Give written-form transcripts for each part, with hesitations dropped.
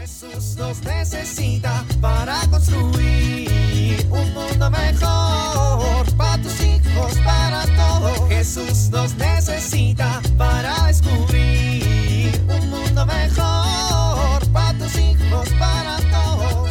Jesús nos necesita para construir un mundo mejor, para tus hijos, para todos. Jesús nos necesita para descubrir un mundo mejor, para tus hijos, para todos.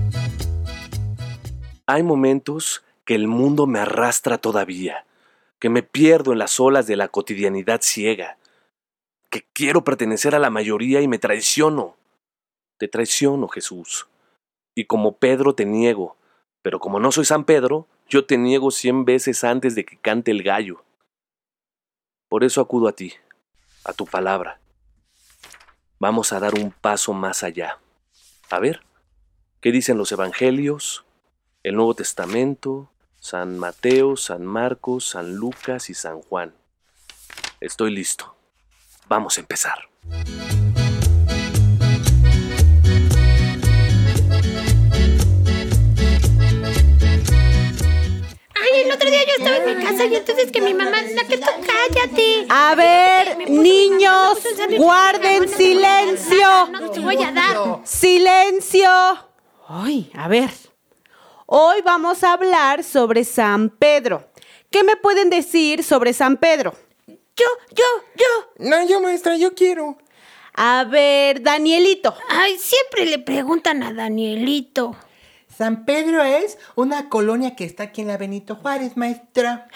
Hay momentos que el mundo me arrastra todavía, que me pierdo en las olas de la cotidianidad ciega, que quiero pertenecer a la mayoría y me traiciono. Te traiciono, Jesús. Y como Pedro te niego, pero como no soy San Pedro, yo te niego 100 veces antes de que cante el gallo. Por eso acudo a ti, a tu palabra. Vamos a dar un paso más allá. A ver, ¿qué dicen los evangelios, el Nuevo Testamento, San Mateo, San Marcos, San Lucas y San Juan? Estoy listo. Vamos a empezar. Ay, el otro día yo estaba en mi casa y entonces que mi mamá, que tú cállate. A ver, niños, guarden silencio. No te voy a dar. ¡Silencio! Ay, a ver. Hoy vamos a hablar sobre San Pedro. ¿Qué me pueden decir sobre San Pedro? Yo. No, yo, maestra, yo quiero. A ver, Danielito. Ay, siempre le preguntan a Danielito. San Pedro es una colonia que está aquí en la Benito Juárez, maestra.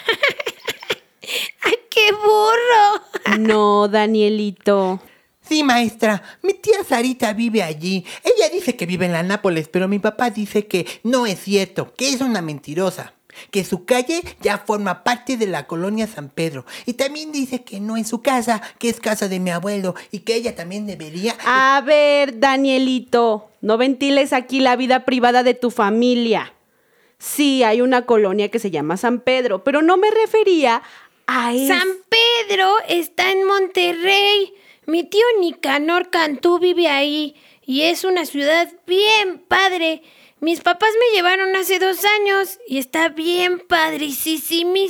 Ay, qué burro. No, Danielito. Sí, maestra, mi tía Sarita vive allí. Ella dice que vive en la Nápoles, pero mi papá dice que no es cierto, que es una mentirosa. Que su calle ya forma parte de la colonia San Pedro. Y también dice que no es su casa, que es casa de mi abuelo y que ella también debería... A ver, Danielito, no ventiles aquí la vida privada de tu familia. Sí, hay una colonia que se llama San Pedro, pero no me refería a eso. San Pedro está en Monterrey. Mi tío Nicanor Cantú vive ahí y es una ciudad bien padre. Mis papás me llevaron hace 2 años y está bien padricísima.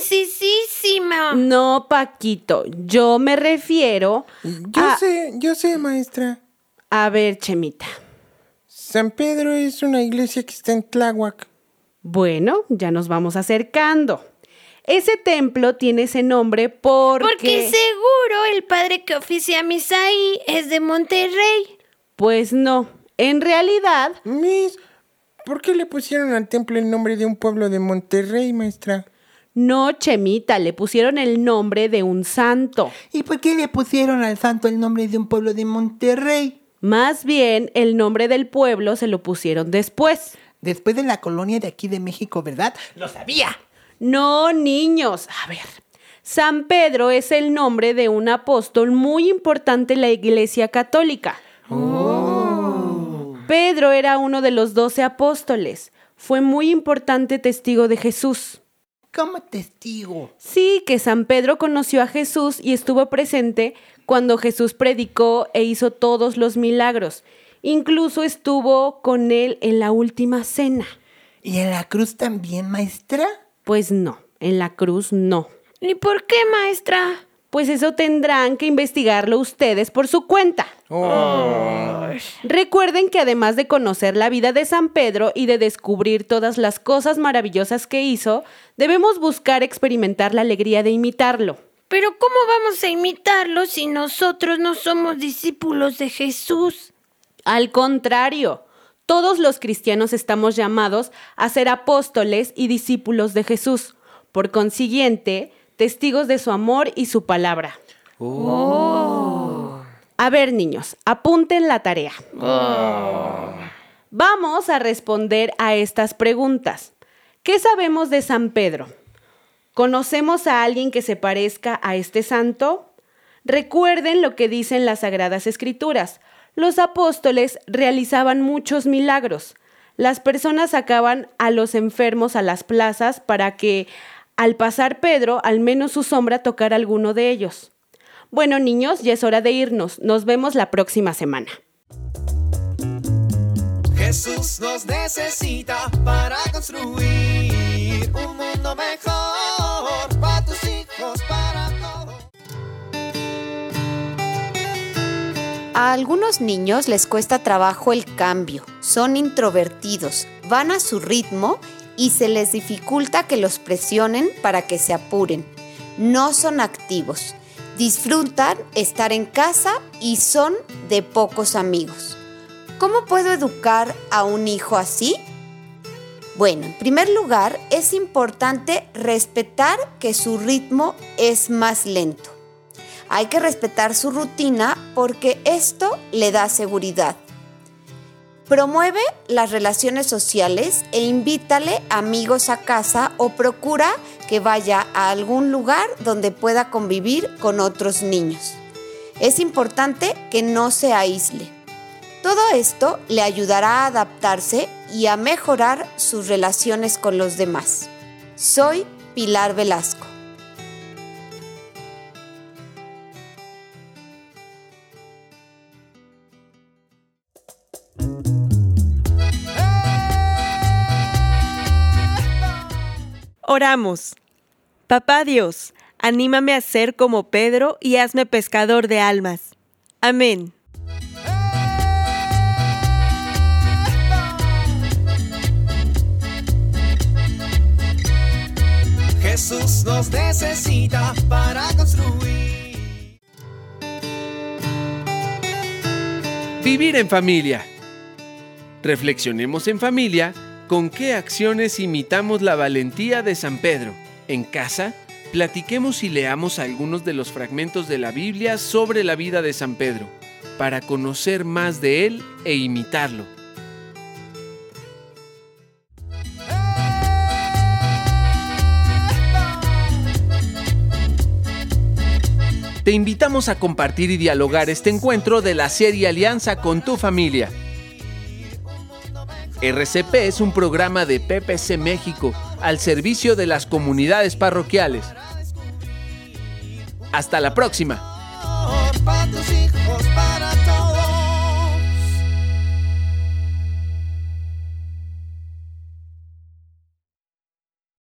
No, Paquito, yo me refiero Yo sé, maestra. A ver, Chemita. San Pedro es una iglesia que está en Tláhuac. Bueno, ya nos vamos acercando. Ese templo tiene ese nombre Porque seguro el padre que oficia misa ahí es de Monterrey. Pues no, en realidad... Miss, ¿por qué le pusieron al templo el nombre de un pueblo de Monterrey, maestra? No, Chemita, le pusieron el nombre de un santo. ¿Y por qué le pusieron al santo el nombre de un pueblo de Monterrey? Más bien, el nombre del pueblo se lo pusieron después. Después de la colonia de aquí de México, ¿verdad? ¡Lo sabía! No, niños, a ver. San Pedro es el nombre de un apóstol muy importante en la Iglesia Católica. Pedro era uno de los 12 apóstoles. Fue muy importante testigo de Jesús. ¿Cómo testigo? Sí, que San Pedro conoció a Jesús y estuvo presente cuando Jesús predicó e hizo todos los milagros. Incluso estuvo con él en la última cena. ¿Y en la cruz también, maestra? Pues no, en la cruz no. ¿Y por qué, maestra? Pues eso tendrán que investigarlo ustedes por su cuenta. Recuerden que además de conocer la vida de San Pedro y de descubrir todas las cosas maravillosas que hizo, debemos buscar experimentar la alegría de imitarlo. Pero ¿cómo vamos a imitarlo si nosotros no somos discípulos de Jesús? Al contrario, todos los cristianos estamos llamados a ser apóstoles y discípulos de Jesús. Por consiguiente, testigos de su amor y su palabra. A ver, niños, apunten la tarea. Vamos a responder a estas preguntas. ¿Qué sabemos de San Pedro? ¿Conocemos a alguien que se parezca a este santo? Recuerden lo que dicen las Sagradas Escrituras. Los apóstoles realizaban muchos milagros. Las personas sacaban a los enfermos a las plazas para que, al pasar Pedro, al menos su sombra tocara alguno de ellos. Bueno, niños, ya es hora de irnos. Nos vemos la próxima semana. Jesús nos necesita para construir un mundo mejor para tus hijos, para todos. A algunos niños les cuesta trabajo el cambio, son introvertidos, van a su ritmo y se les dificulta que los presionen para que se apuren. No son activos, disfrutan estar en casa y son de pocos amigos. ¿Cómo puedo educar a un hijo así? Bueno, en primer lugar, es importante respetar que su ritmo es más lento. Hay que respetar su rutina porque esto le da seguridad. Promueve las relaciones sociales e invítale amigos a casa o procura que vaya a algún lugar donde pueda convivir con otros niños. Es importante que no se aísle. Todo esto le ayudará a adaptarse y a mejorar sus relaciones con los demás. Soy Pilar Velasco. Oramos. Papá Dios, anímame a ser como Pedro y hazme pescador de almas. Amén. Jesús nos necesita para construir. Vivir en familia. Reflexionemos en familia con qué acciones imitamos la valentía de San Pedro. En casa, platiquemos y leamos algunos de los fragmentos de la Biblia sobre la vida de San Pedro, para conocer más de él e imitarlo. Te invitamos a compartir y dialogar este encuentro de la serie Alianza con tu familia. RCP es un programa de PPC México al servicio de las comunidades parroquiales. Hasta la próxima. Para tus hijos.